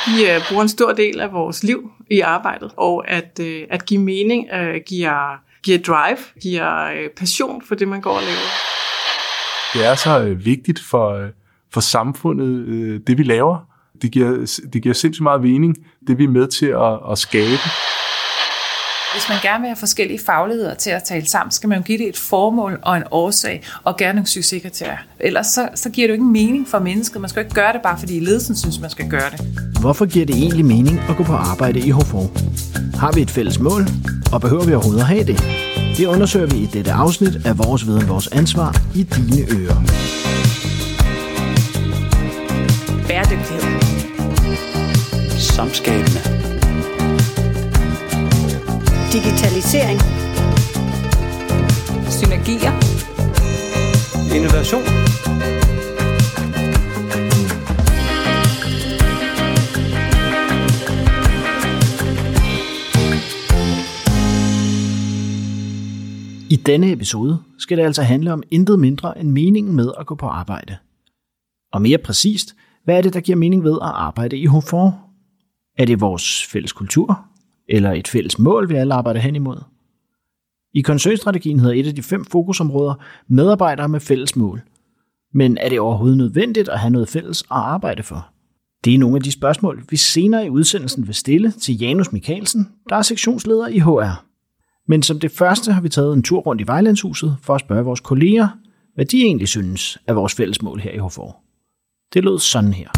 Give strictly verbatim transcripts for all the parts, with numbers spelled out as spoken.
Vi bruger en stor del af vores liv i arbejdet, og at, at give mening giver, giver drive, giver passion for det, man går og laver. Det er så vigtigt for, for samfundet, det vi laver. Det giver, det giver sindssygt meget mening, det vi er med til at, at skabe. Hvis man gerne vil have forskellige fagligheder til at tale sammen, skal man jo give det et formål og en årsag, og gerne nogle succeskriterier. Ellers så, så giver det jo ingen mening for mennesket. Man skal jo ikke gøre det, bare fordi ledelsen synes, man skal gøre det. Hvorfor giver det egentlig mening at gå på arbejde i H F O? Har vi et fælles mål, og behøver vi overhovedet at have det? Det undersøger vi i dette afsnit af Vores Viden, Vores Ansvar i dine ører. Bæredygtighed. Samskabende. Digitalisering. Synergier. Innovation. I denne episode skal det altså handle om intet mindre end meningen med at gå på arbejde. Og mere præcist, hvad er det, der giver mening ved at arbejde i H F O? Er det vores fælles kultur? Eller et fælles mål, vi alle arbejder hen imod? I koncernstrategien hedder et af de fem fokusområder medarbejdere med fælles mål. Men er det overhovedet nødvendigt at have noget fælles at arbejde for? Det er nogle af de spørgsmål, vi senere i udsendelsen vil stille til Janus Michaelsen, der er sektionsleder i H R. Men som det første har vi taget en tur rundt i Vejlandshuset for at spørge vores kolleger, hvad de egentlig synes er vores fælles mål her i H F O. Det lød sådan her.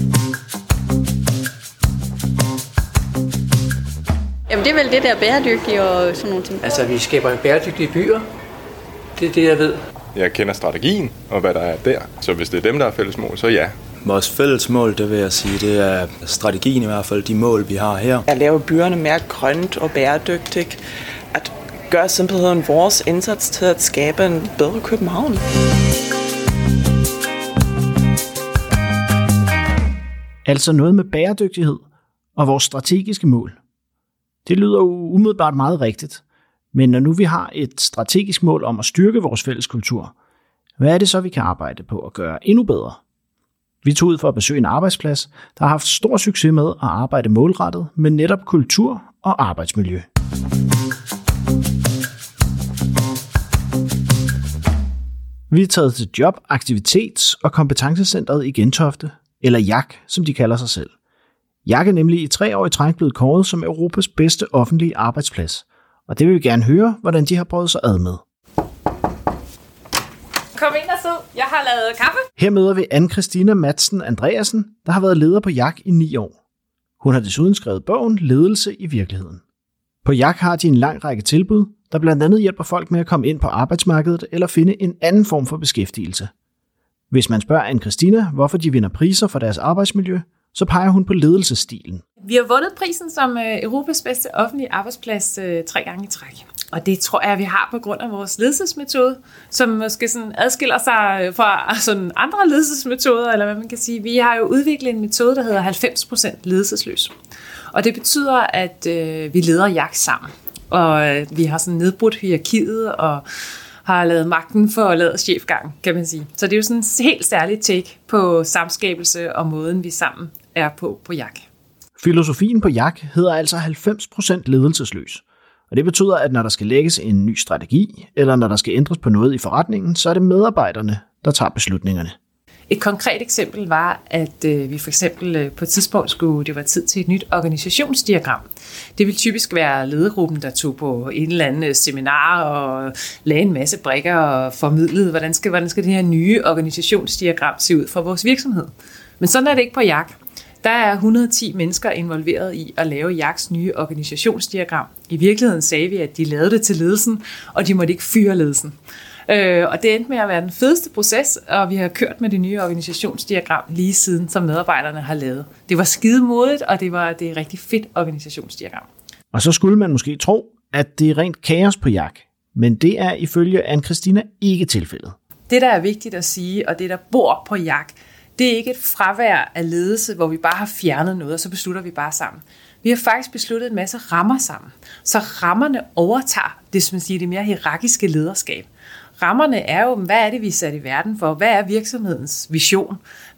Jamen det er vel det der bæredygtige og sådan nogle ting. Altså vi skaber bæredygtige byer. Det er det, jeg ved. Jeg kender strategien og hvad der er der. Så hvis det er dem, der er fælles mål, så ja. Vores fælles mål, det vil jeg sige, det er strategien i hvert fald, de mål, vi har her. At lave byerne mere grønt og bæredygtigt. At gøre simpelthen vores indsats til at skabe en bedre København. Altså noget med bæredygtighed og vores strategiske mål. Det lyder jo umiddelbart meget rigtigt, men når nu vi har et strategisk mål om at styrke vores fælles kultur, hvad er det så, vi kan arbejde på at gøre endnu bedre? Vi tog ud for at besøge en arbejdsplads, der har haft stor succes med at arbejde målrettet med netop kultur og arbejdsmiljø. Vi er taget til Job-, Aktivitets- og Kompetencecentret i Gentofte, eller J A K, som de kalder sig selv. J A K er nemlig i tre år i træk blevet kåret som Europas bedste offentlige arbejdsplads, og det vil vi gerne høre, hvordan de har prøvet sig ad med. Kom ind og sid. Jeg har lavet kaffe. Her møder vi Anne-Christina Madsen Andreasen, der har været leder på J A K i ni år. Hun har desuden skrevet bogen Ledelse i virkeligheden. På J A K har de en lang række tilbud, der blandt andet hjælper folk med at komme ind på arbejdsmarkedet eller finde en anden form for beskæftigelse. Hvis man spørger Anne-Christina, hvorfor de vinder priser for deres arbejdsmiljø, så peger hun på ledelsesstilen. Vi har vundet prisen som Europas bedste offentlige arbejdsplads øh, tre gange i træk. Og det tror jeg, vi har på grund af vores ledelsesmetode, som måske sådan adskiller sig fra sådan andre ledelsesmetoder, eller hvad man kan sige. Vi har jo udviklet en metode, der hedder halvfems procent ledelsesløs. Og det betyder, at øh, vi leder J A K sammen. Og øh, vi har sådan nedbrudt hierarkiet og har lavet magten for at lade chefgang, kan man sige. Så det er jo sådan en helt særlig take på samskabelse og måden, vi sammen er på på J A K. Filosofien på J A K hedder altså halvfems procent ledelsesløs. Og det betyder, at når der skal lægges en ny strategi, eller når der skal ændres på noget i forretningen, så er det medarbejderne, der tager beslutningerne. Et konkret eksempel var, at øh, vi for eksempel øh, på et tidspunkt skulle, det var tid til et nyt organisationsdiagram. Det vil typisk være ledergruppen, der tog på en eller anden seminar og lagde en masse brikker og formidlede, hvordan skal, hvordan skal det her nye organisationsdiagram se ud for vores virksomhed. Men sådan er det ikke på J A K. Der er et hundrede og ti mennesker involveret i at lave J A K's nye organisationsdiagram. I virkeligheden sagde vi, at de lavede det til ledelsen, og de måtte ikke fyre ledelsen. Øh, og det endte med at være den fedeste proces, og vi har kørt med det nye organisationsdiagram lige siden, som medarbejderne har lavet. Det var skidemodigt, og det var det er rigtig fedt organisationsdiagram. Og så skulle man måske tro, at det er rent kaos på J A K, men det er ifølge Anne-Christina ikke tilfældet. Det, der er vigtigt at sige, og det, der bor på J A K, det er ikke et fravær af ledelse, hvor vi bare har fjernet noget, og så beslutter vi bare sammen. Vi har faktisk besluttet en masse rammer sammen. Så rammerne overtager det, som man siger, det mere hierarkiske lederskab. Rammerne er jo, hvad er det, vi er sat i verden for? Hvad er virksomhedens vision?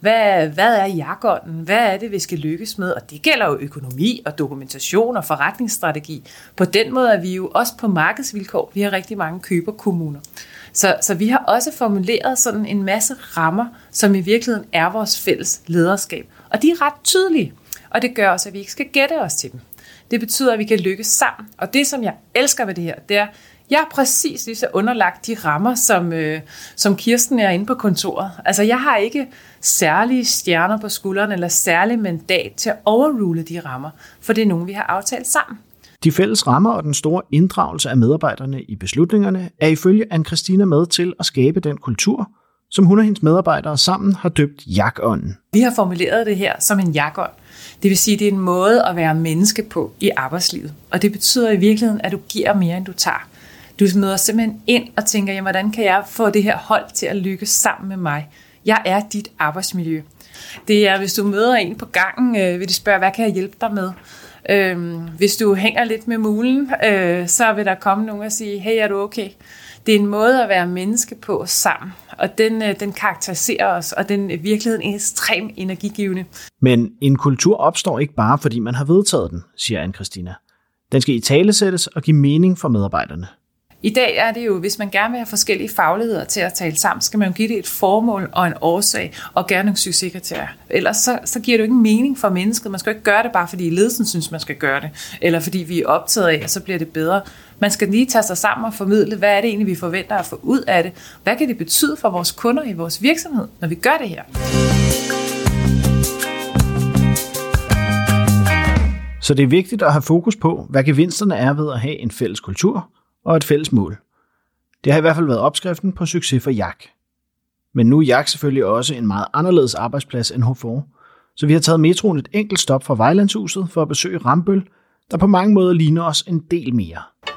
Hvad, hvad er jargonen? Hvad er det, vi skal lykkes med? Og det gælder jo økonomi og dokumentation og forretningsstrategi. På den måde er vi jo også på markedsvilkår. Vi har rigtig mange køberkommuner. Så, så vi har også formuleret sådan en masse rammer, som i virkeligheden er vores fælles lederskab. Og de er ret tydelige, og det gør også, at vi ikke skal gætte os til dem. Det betyder, at vi kan lykkes sammen. Og det, som jeg elsker ved det her, det er, jeg er præcis lige så underlagt de rammer, som, øh, som Kirsten er inde på kontoret. Altså, jeg har ikke særlige stjerner på skulderen eller særlig mandat til at overrule de rammer, for det er nogen, vi har aftalt sammen. De fælles rammer og den store inddragelse af medarbejderne i beslutningerne er ifølge Anne-Christina med til at skabe den kultur, som hun og hendes medarbejdere sammen har døbt jakånden. Vi har formuleret det her som en jakånd. Det vil sige, at det er en måde at være menneske på i arbejdslivet. Og det betyder i virkeligheden, at du giver mere, end du tager. Du møder simpelthen ind og tænker, jamen, hvordan kan jeg få det her hold til at lykkes sammen med mig? Jeg er dit arbejdsmiljø. Det er, hvis du møder en på gangen, øh, vil de spørge, hvad kan jeg hjælpe dig med? Øh, hvis du hænger lidt med mulen, øh, så vil der komme nogen og sige, hey, er du okay? Det er en måde at være menneske på sammen, og den, øh, den karakteriserer os, og den er i virkeligheden ekstremt energigivende. Men en kultur opstår ikke bare, fordi man har vedtaget den, siger Anne-Christina. Den skal italesættes og give mening for medarbejderne. I dag er det jo, hvis man gerne vil have forskellige fagligheder til at tale sammen, skal man jo give det et formål og en årsag, og gerne nogle succeskriterier. Ellers så, så giver det jo ikke mening for mennesket. Man skal jo ikke gøre det bare, fordi ledelsen synes, man skal gøre det, eller fordi vi er optaget af, og så bliver det bedre. Man skal lige tage sig sammen og formidle, hvad er det egentlig, vi forventer at få ud af det? Hvad kan det betyde for vores kunder i vores virksomhed, når vi gør det her? Så det er vigtigt at have fokus på, hvad gevinsterne er ved at have en fælles kultur og et fælles mål. Det har i hvert fald været opskriften på succes for J A K. Men nu er J A K selvfølgelig også en meget anderledes arbejdsplads end H F O, så vi har taget metroen et enkelt stop fra Vejlandshuset for at besøge Rambøll, der på mange måder ligner os en del mere.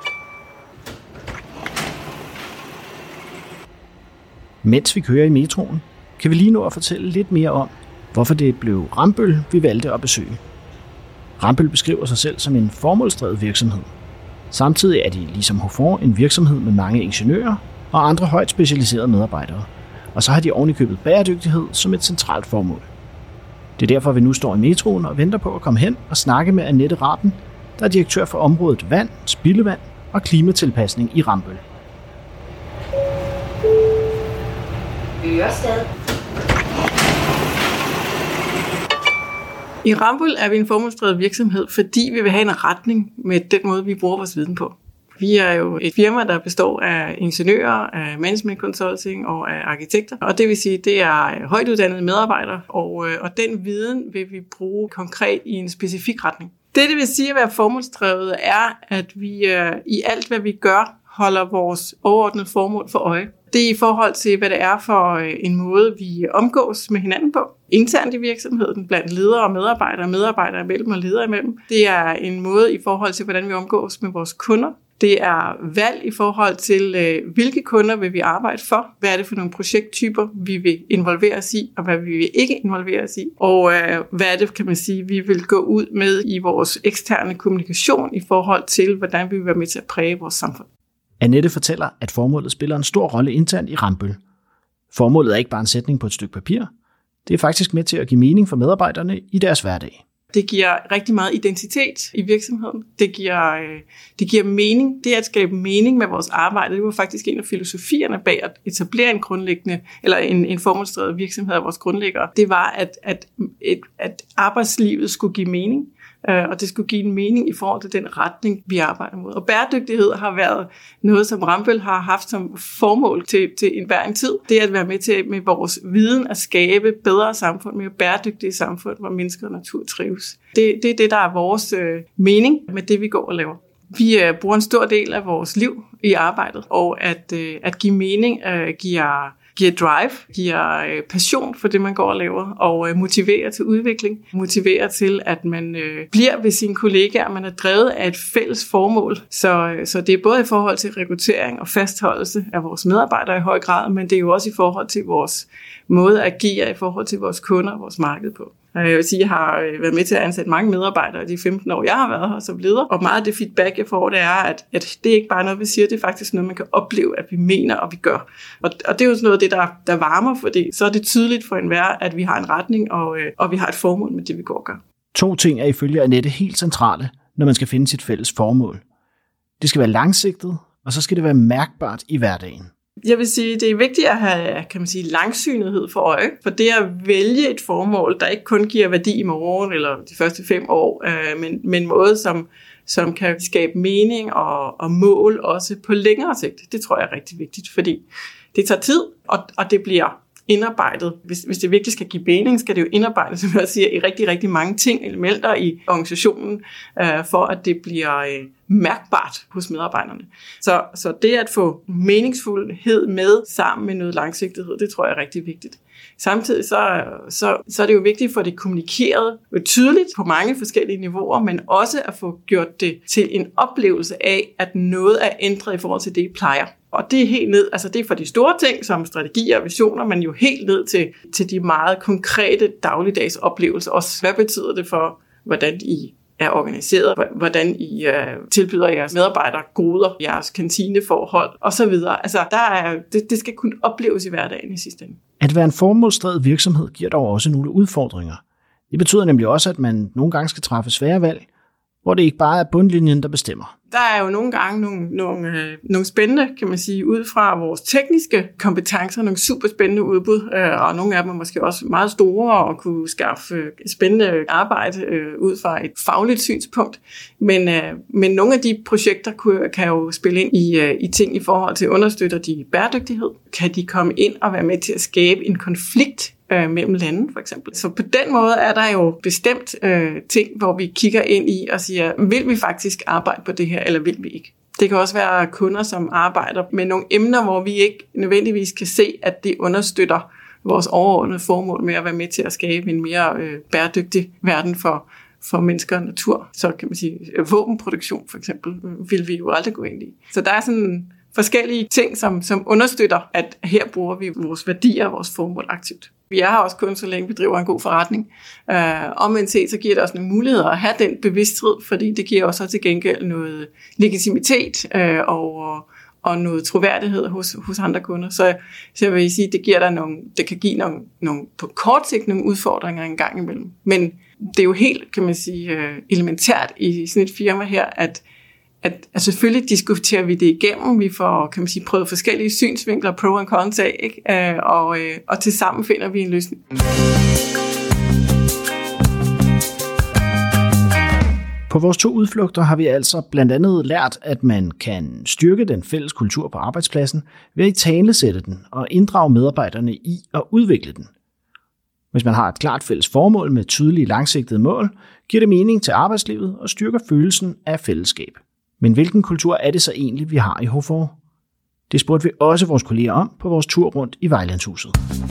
Mens vi kører i metroen, kan vi lige nå at fortælle lidt mere om, hvorfor det blev Rambøll, vi valgte at besøge. Rambøll beskriver sig selv som en formålsdrevet virksomhed. Samtidig er de, ligesom H F O, en virksomhed med mange ingeniører og andre højt specialiserede medarbejdere. Og så har de ovenikøbet bæredygtighed som et centralt formål. Det er derfor, vi nu står i metroen og venter på at komme hen og snakke med Annette Raben, der er direktør for området vand, spildevand og klimatilpasning i Rambøll. Ørested. I Rambøll er vi en formålsdrevet virksomhed, fordi vi vil have en retning med den måde, vi bruger vores viden på. Vi er jo et firma, der består af ingeniører, af management consulting og af arkitekter. Og det vil sige, det er højt uddannede medarbejdere, og, og den viden vil vi bruge konkret i en specifik retning. Det, det vil sige at være formålsdrevet, er, at vi i alt, hvad vi gør, holder vores overordnede formål for øje. Det er i forhold til, hvad det er for en måde, vi omgås med hinanden på. Internt i virksomheden, blandt ledere og medarbejdere, medarbejdere imellem og ledere imellem. Det er en måde i forhold til, hvordan vi omgås med vores kunder. Det er valg i forhold til, hvilke kunder vil vi arbejde for. Hvad er det for nogle projekttyper, vi vil involvere os i, og hvad vi vil ikke involvere os i. Og hvad er det, kan man sige, vi vil gå ud med i vores eksterne kommunikation i forhold til, hvordan vi vil være med til at præge vores samfund. Annette fortæller, at formålet spiller en stor rolle internt i Rambøll. Formålet er ikke bare en sætning på et stykke papir. Det er faktisk med til at give mening for medarbejderne i deres hverdag. Det giver rigtig meget identitet i virksomheden. Det giver, det giver mening. Det at skabe mening med vores arbejde, det var faktisk en af filosofierne bag at etablere en grundlæggende, eller en, en formålsdrevet virksomhed af vores grundlæggere. Det var, at, at, at, at arbejdslivet skulle give mening. Og det skulle give en mening i forhold til den retning, vi arbejder mod. Og bæredygtighed har været noget, som Rambøll har haft som formål til, til enhver en tid. Det er at være med til med vores viden at skabe bedre samfund, mere bæredygtige samfund, hvor mennesker og natur trives. Det, det er det, der er vores øh, mening med det, vi går og laver. Vi øh, bruger en stor del af vores liv i arbejdet, og at, øh, at give mening øh, giver... giver drive, giver passion for det, man går og laver, og motiverer til udvikling, motiverer til, at man øh, bliver ved sine kollegaer, man er drevet af et fælles formål. Så, så det er både i forhold til rekruttering og fastholdelse af vores medarbejdere i høj grad, men det er jo også i forhold til vores måde at agere, i forhold til vores kunder og vores marked på. Jeg vil sige, jeg har været med til at ansætte mange medarbejdere de femten år, jeg har været her som leder. Og meget af det feedback, jeg får, det er, at, at det er ikke bare noget, vi siger, det er faktisk noget, man kan opleve, at vi mener, og vi gør. Og, og det er jo sådan noget af det, der, der varmer, fordi så er det tydeligt for enhver, at vi har en retning, og, og vi har et formål med det, vi går og gør. To ting er ifølge Annette helt centrale, når man skal finde sit fælles formål. Det skal være langsigtet, og så skal det være mærkbart i hverdagen. Jeg vil sige, det er vigtigt at have, kan man sige, langsynethed for øje, for det at vælge et formål, der ikke kun giver værdi i morgen eller de første fem år, øh, men, men en måde, som, som kan skabe mening og, og mål også på længere sigt. Det tror jeg er rigtig vigtigt, fordi det tager tid, og, og det bliver indarbejdet. Hvis, hvis det virkelig skal give mening, skal det jo indarbejdes, som jeg siger, i rigtig, rigtig mange ting, elementer i organisationen, øh, for at det bliver øh, mærkbart hos medarbejderne. Så, så det at få meningsfuldhed med sammen med noget langsigtighed, det tror jeg er rigtig vigtigt. Samtidig så, så, så er det jo vigtigt at få det kommunikeret tydeligt på mange forskellige niveauer, men også at få gjort det til en oplevelse af, at noget er ændret i forhold til det, I plejer. Og det er helt ned, altså det er for de store ting som strategier og visioner, men jo helt ned til, til de meget konkrete dagligdags oplevelser. Også hvad betyder det for, hvordan I er organiseret, hvordan I uh, tilbyder jeres medarbejdere goder, jeres kantineforhold osv. Altså der er, det, det skal kunne opleves i hverdagen i sidste ende. At være en formålsdrevet virksomhed giver dog også nogle udfordringer. Det betyder nemlig også, at man nogle gange skal træffe svære valg, hvor det ikke bare er bundlinjen, der bestemmer. Der er jo nogle gange nogle, nogle, øh, nogle spændende, kan man sige, ud fra vores tekniske kompetencer, nogle super spændende udbud, øh, og nogle af dem er måske også meget store og kunne skaffe øh, spændende arbejde øh, ud fra et fagligt synspunkt. Men, øh, men nogle af de projekter kunne, kan jo spille ind i, øh, i ting i forhold til at understøtte de bæredygtighed. Kan de komme ind og være med til at skabe en konflikt Øh, mellem lande, for eksempel. Så på den måde er der jo bestemt øh, ting, hvor vi kigger ind i og siger, vil vi faktisk arbejde på det her, eller vil vi ikke? Det kan også være kunder, som arbejder med nogle emner, hvor vi ikke nødvendigvis kan se, at det understøtter vores overordnede formål med at være med til at skabe en mere øh, bæredygtig verden for, for mennesker og natur. Så kan man sige, våbenproduktion for eksempel, vil vi jo aldrig gå ind i. Så der er sådan forskellige ting, som, som understøtter, at her bruger vi vores værdier og vores formål aktivt. Vi er her også kun, så længe vi driver en god forretning. Øh, omvendt set, så giver det også nogle muligheder at have den bevidsthed, fordi det giver også til gengæld noget legitimitet øh, og, og noget troværdighed hos, hos andre kunder. Så, så jeg vil sige, det giver der nogle, det kan give nogle, nogle, på kort sigt nogle udfordringer en gang imellem. Men det er jo helt, kan man sige, elementært i sådan et firma her, at At, at selvfølgelig diskuterer vi det igennem, vi får, kan man sige, prøvet forskellige synsvinkler, pro og cons af, ikke? Og, og til sammen finder vi en løsning. På vores to udflugter har vi altså blandt andet lært, at man kan styrke den fælles kultur på arbejdspladsen ved at italesætte den og inddrage medarbejderne i at udvikle den. Hvis man har et klart fælles formål med tydelige langsigtede mål, giver det mening til arbejdslivet og styrker følelsen af fællesskab. Men hvilken kultur er det så egentlig, vi har i H F O? Det spurgte vi også vores kolleger om på vores tur rundt i Vejlandshuset.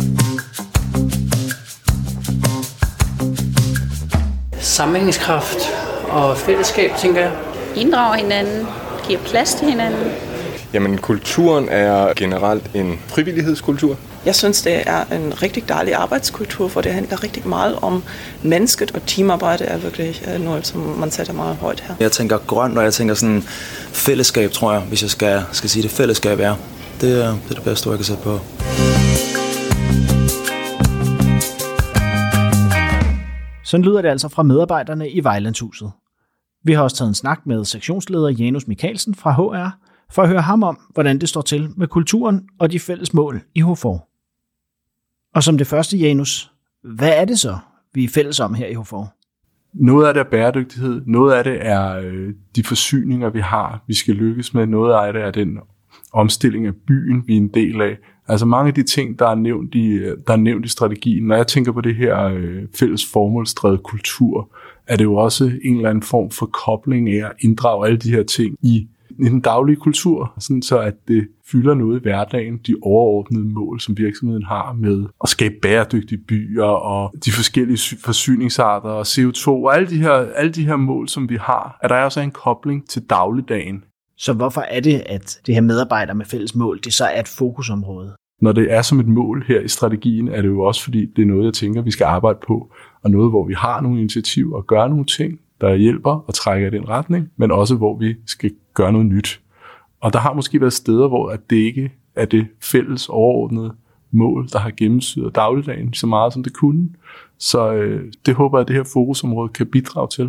Sammenhængskraft og fællesskab, tænker jeg. Inddrage hinanden, giver plads til hinanden. Jamen, kulturen er generelt en frivillighedskultur. Jeg synes, det er en rigtig dejlig arbejdskultur, for det handler rigtig meget om mennesket, og teamarbejde er virkelig noget, som man sætter meget højt her. Jeg tænker grønt, og jeg tænker sådan fællesskab, tror jeg, hvis jeg skal, skal sige det. Fællesskab er. Det er det, er det bedste, jeg kan sætte på. Sådan lyder det altså fra medarbejderne i Vejlandshuset. Vi har også taget en snak med sektionsleder Janus Michaelsen fra H R, for at høre ham om, hvordan det står til med kulturen og de fælles mål i H F O. Og som det første, Janus, hvad er det så, vi er fælles om her i H F O? Noget af det er bæredygtighed, noget af det er øh, de forsyninger, vi har, vi skal lykkes med, noget af det er den omstilling af byen, vi er en del af. Altså mange af de ting, der er nævnt i, der er nævnt i strategien. Når jeg tænker på det her øh, fælles formålsdrevet kultur, er det jo også en eller anden form for kobling af at inddrage alle de her ting i i den daglige kultur, sådan så at det fylder noget i hverdagen, de overordnede mål, som virksomheden har med at skabe bæredygtige byer og de forskellige forsyningsarter og C O to og alle de her, alle de her mål, som vi har, at der er også en kobling til dagligdagen. Så hvorfor er det, at det her medarbejder med fælles mål, det så er et fokusområde? Når det er som et mål her i strategien, er det jo også fordi, det er noget, jeg tænker, vi skal arbejde på. og noget, hvor vi har nogle initiativer og gør nogle ting, der hjælper og trækker i den retning, men også hvor vi skal gøre noget nyt. Og der har måske været steder, hvor at det ikke er det fælles overordnede mål, der har gennemsyret dagligdagen så meget, som det kunne. Så øh, det håber jeg, at det her fokusområde kan bidrage til.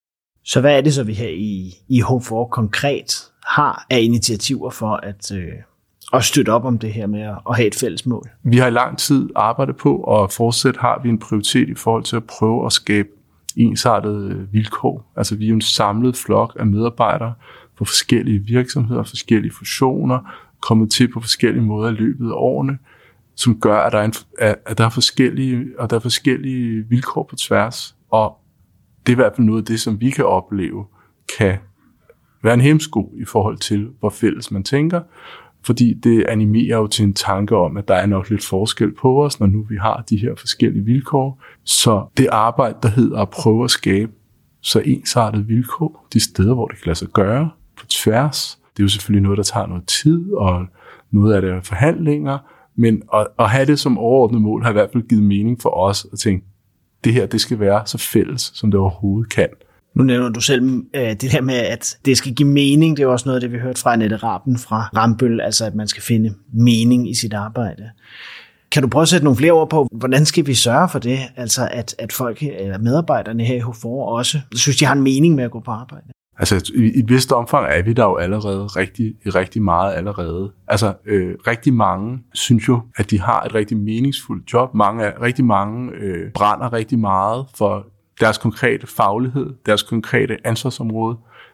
Så hvad er det så, vi her i, i H fire konkret har af initiativer for at, øh, at støtte op om det her med at, at have et fælles mål? Vi har i lang tid arbejdet på, og fortsat har vi en prioritet i forhold til at prøve at skabe ensartede vilkår. Altså vi er en samlet flok af medarbejdere for forskellige virksomheder, forskellige fusioner, kommet til på forskellige måder i løbet af årene, som gør, at der er, en, at der er forskellige, og der er forskellige vilkår på tværs. Og det er i hvert fald noget af det, som vi kan opleve, kan være en hæmsko i forhold til, hvor fælles man tænker, fordi det animerer jo til en tanke om, at der er nok lidt forskel på os, når nu vi har de her forskellige vilkår. Så det arbejde, der hedder at prøve at skabe så ensartede vilkår, de steder, hvor det kan lade sig gøre på tværs, det er jo selvfølgelig noget, der tager noget tid, og noget af det er forhandlinger, men at, at have det som overordnet mål har i hvert fald givet mening for os at tænke, det her, det skal være så fælles, som det overhovedet kan. Nu nævner du selv øh, det der med, at det skal give mening. Det er også noget af det, vi hørte fra Annette Raben fra Rambøll, altså at man skal finde mening i sit arbejde. Kan du prøve at sætte nogle flere ord på, hvordan skal vi sørge for det? Altså at, at folk, eller medarbejderne her i H fire også, synes, de har en mening med at gå på arbejde? Altså i, i et vist omfang er vi der jo allerede rigtig, rigtig meget allerede. Altså øh, rigtig mange synes jo, at de har et rigtig meningsfuldt job. Mange, rigtig mange øh, brænder rigtig meget for deres konkrete faglighed, deres konkrete ansvarsområde,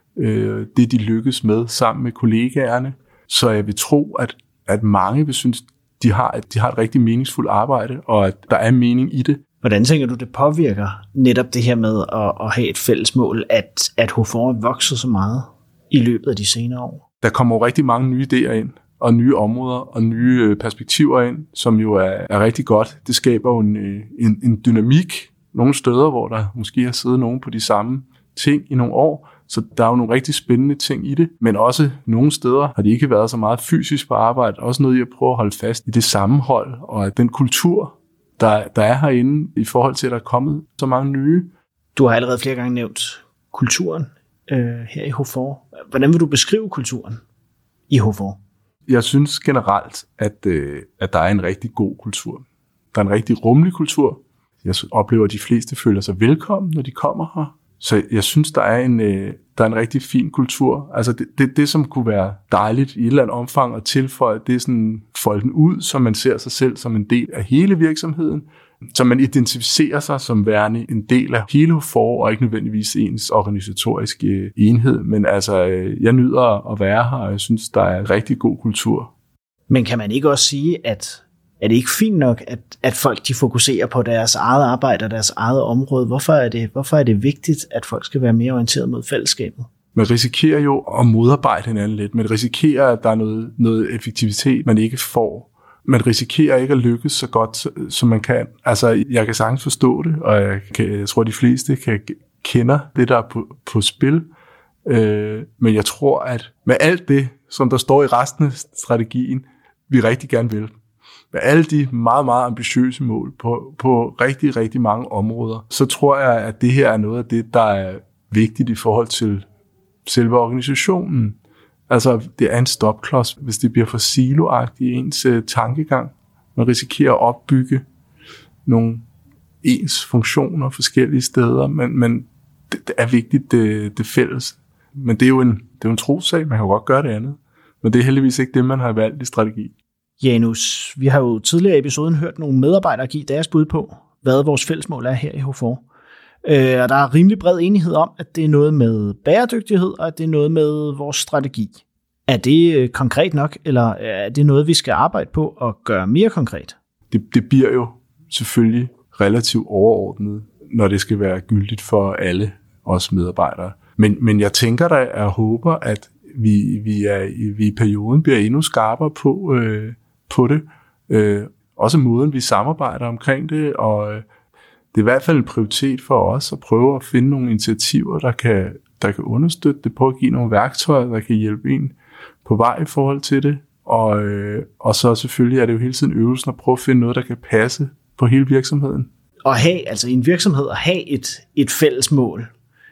øh, det de lykkes med sammen med kollegaerne. Så jeg vil tro, at, at mange vil synes, de har, at de har et rigtig meningsfuldt arbejde, og at der er mening i det. Hvordan tænker du, det påvirker netop det her med at, at have et fælles mål, at, at H fire er vokset så meget i løbet af de senere år? Der kommer jo rigtig mange nye idéer ind, og nye områder og nye perspektiver ind, som jo er, er rigtig godt. Det skaber jo en, en, en dynamik nogle steder, hvor der måske har siddet nogen på de samme ting i nogle år, så der er jo nogle rigtig spændende ting i det, men også nogle steder har de ikke været så meget fysisk på arbejde, også noget i at prøve at holde fast i det sammenhold, og at den kultur, der, der er herinde i forhold til, at der er kommet så mange nye. Du har allerede flere gange nævnt kulturen øh, her i H fire. Hvordan vil du beskrive kulturen i H fire? Jeg synes generelt, at, øh, at der er en rigtig god kultur. Der er en rigtig rummelig kultur. Jeg oplever, at de fleste føler sig velkommen, når de kommer her. Så jeg synes, der er en, øh, der er en rigtig fin kultur. Altså det, det, det, som kunne være dejligt i et eller andet omfang at tilføje, det er sådan folden ud, så man ser sig selv som en del af hele virksomheden. Så man identificerer sig som værende en del af hele H fire, og ikke nødvendigvis ens organisatoriske enhed. Men altså, jeg nyder at være her, og jeg synes, der er en rigtig god kultur. Men kan man ikke også sige, at er det ikke fint nok, at, at folk de fokuserer på deres eget arbejde og deres eget område? Hvorfor er det, hvorfor er det vigtigt, at folk skal være mere orienteret mod fællesskabet? Man risikerer jo at modarbejde hinanden lidt. Man risikerer, at der er noget, noget effektivitet, man ikke får. Man risikerer ikke at lykkes så godt, som man kan. Altså, jeg kan sagtens forstå det, og jeg, kan, jeg tror, de fleste kan kender det, der er på, på spil. Øh, men jeg tror, at med alt det, som der står i resten af strategien, vi rigtig gerne vil, med alle de meget, meget ambitiøse mål på, på rigtig, rigtig mange områder, så tror jeg, at det her er noget af det, der er vigtigt i forhold til selve organisationen. Altså, det er en stopklods, hvis det bliver for siloagtigt i ens uh, tankegang. Man risikerer at opbygge nogle ens funktioner forskellige steder, men, men det, det er vigtigt, det, det fælles. Men det er jo en, det er jo en trossag, man kan jo godt gøre det andet. Men det er heldigvis ikke det, man har valgt i strategi. Janus, vi har jo tidligere i episoden hørt nogle medarbejdere give deres bud på, hvad vores fællesmål er her i H fire. Øh, og der er rimelig bred enighed om, at det er noget med bæredygtighed, og at det er noget med vores strategi. Er det konkret nok, eller er det noget, vi skal arbejde på og gøre mere konkret? Det, det bliver jo selvfølgelig relativt overordnet, når det skal være gyldigt for alle os medarbejdere. Men, men jeg tænker da, og håber, at vi, vi, er, vi i perioden bliver endnu skarpere på, øh, på det. Øh, også måden, vi samarbejder omkring det, og øh, det er i hvert fald en prioritet for os at prøve at finde nogle initiativer, der kan, der kan understøtte det, på at give nogle værktøjer, der kan hjælpe en på vej i forhold til det. Og, øh, og så selvfølgelig er det jo hele tiden øvelsen at prøve at finde noget, der kan passe på hele virksomheden. at have, altså i en virksomhed, at have et, et fælles mål,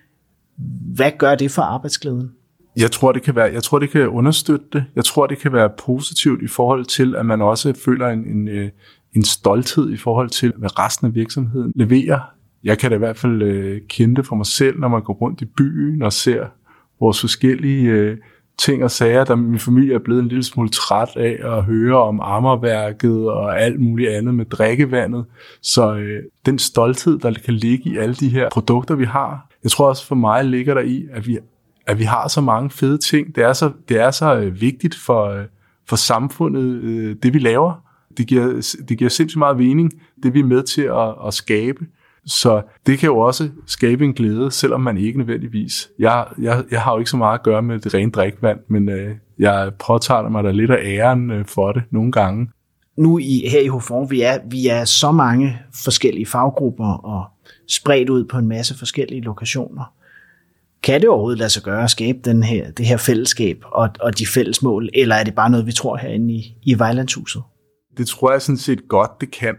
hvad gør det for arbejdsglæden? Jeg tror, det kan være, jeg tror, det kan understøtte det. Jeg tror, det kan være positivt i forhold til, at man også føler en, en, en stolthed i forhold til, hvad resten af virksomheden leverer. Jeg kan da i hvert fald øh, kende det for mig selv, når man går rundt i byen og ser vores forskellige øh, ting og sager, der min familie er blevet en lille smule træt af at høre om Amagerværket og alt muligt andet med drikkevandet. Så øh, den stolthed, der kan ligge i alle de her produkter, vi har, jeg tror også for mig ligger der i, at vi, at vi har så mange fede ting. Det er så, det er så øh, vigtigt for, øh, for samfundet, øh, det vi laver. Det giver, det giver sindssygt meget mening, det vi er med til at, at skabe. Så det kan jo også skabe en glæde, selvom man ikke nødvendigvis. Jeg, jeg, jeg har jo ikke så meget at gøre med det rene drikkevand, men øh, jeg påtager mig da lidt af æren øh, for det nogle gange. Nu i, her i HOFOR, vi er, vi er så mange forskellige faggrupper og spredt ud på en masse forskellige lokationer. Kan det overhovedet lade sig gøre at skabe den her, det her fællesskab og, og de fælles mål, eller er det bare noget, vi tror herinde i, i Vejlandshuset? Det tror jeg sådan set godt, det kan.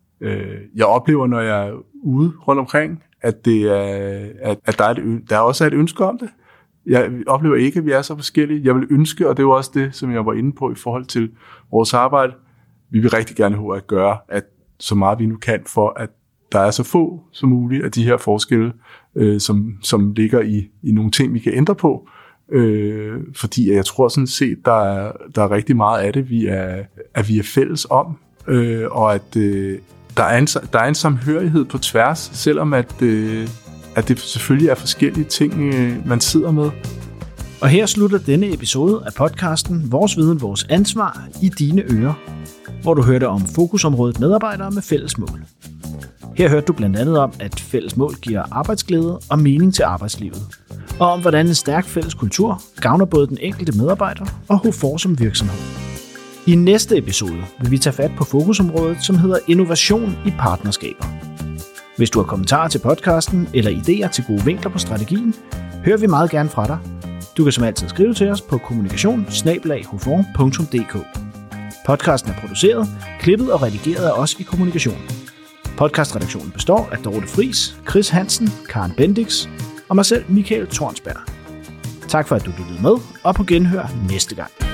Jeg oplever, når jeg er ude rundt omkring, at, det er, at, at der, er et, der også er et ønske om det. Jeg oplever ikke, at vi er så forskellige. Jeg vil ønske, og det er jo også det, som jeg var inde på i forhold til vores arbejde. Vi vil rigtig gerne have at gøre, at så meget vi nu kan for, at der er så få som muligt af de her forskelle, øh, som, som ligger i, i nogle ting, vi kan ændre på. Øh, fordi jeg tror sådan set, der er, der er rigtig meget af det, vi er, at vi er fælles om, øh, og at øh, der, er en, der er en samhørighed på tværs, selvom at, øh, at det selvfølgelig er forskellige ting, øh, man sidder med. Og her slutter denne episode af podcasten Vores Viden, Vores Ansvar i dine ører, hvor du hørte om fokusområdet medarbejdere med fælles mål. Her hørte du blandt andet om, at fælles mål giver arbejdsglæde og mening til arbejdslivet, og om hvordan en stærk fælles kultur gavner både den enkelte medarbejder og HOFOR som virksomhed. I næste episode vil vi tage fat på fokusområdet, som hedder innovation i partnerskaber. Hvis du har kommentarer til podcasten eller idéer til gode vinkler på strategien, hører vi meget gerne fra dig. Du kan som altid skrive til os på kommunikation snabel-a hofor punktum d k. Podcasten er produceret, klippet og redigeret af os i Kommunikation. Podcastredaktionen består af Dorte Friis, Chris Hansen, Karen Bendix og mig selv, Michael Tornsberg. Tak for, at du lyttede med, og på genhør næste gang.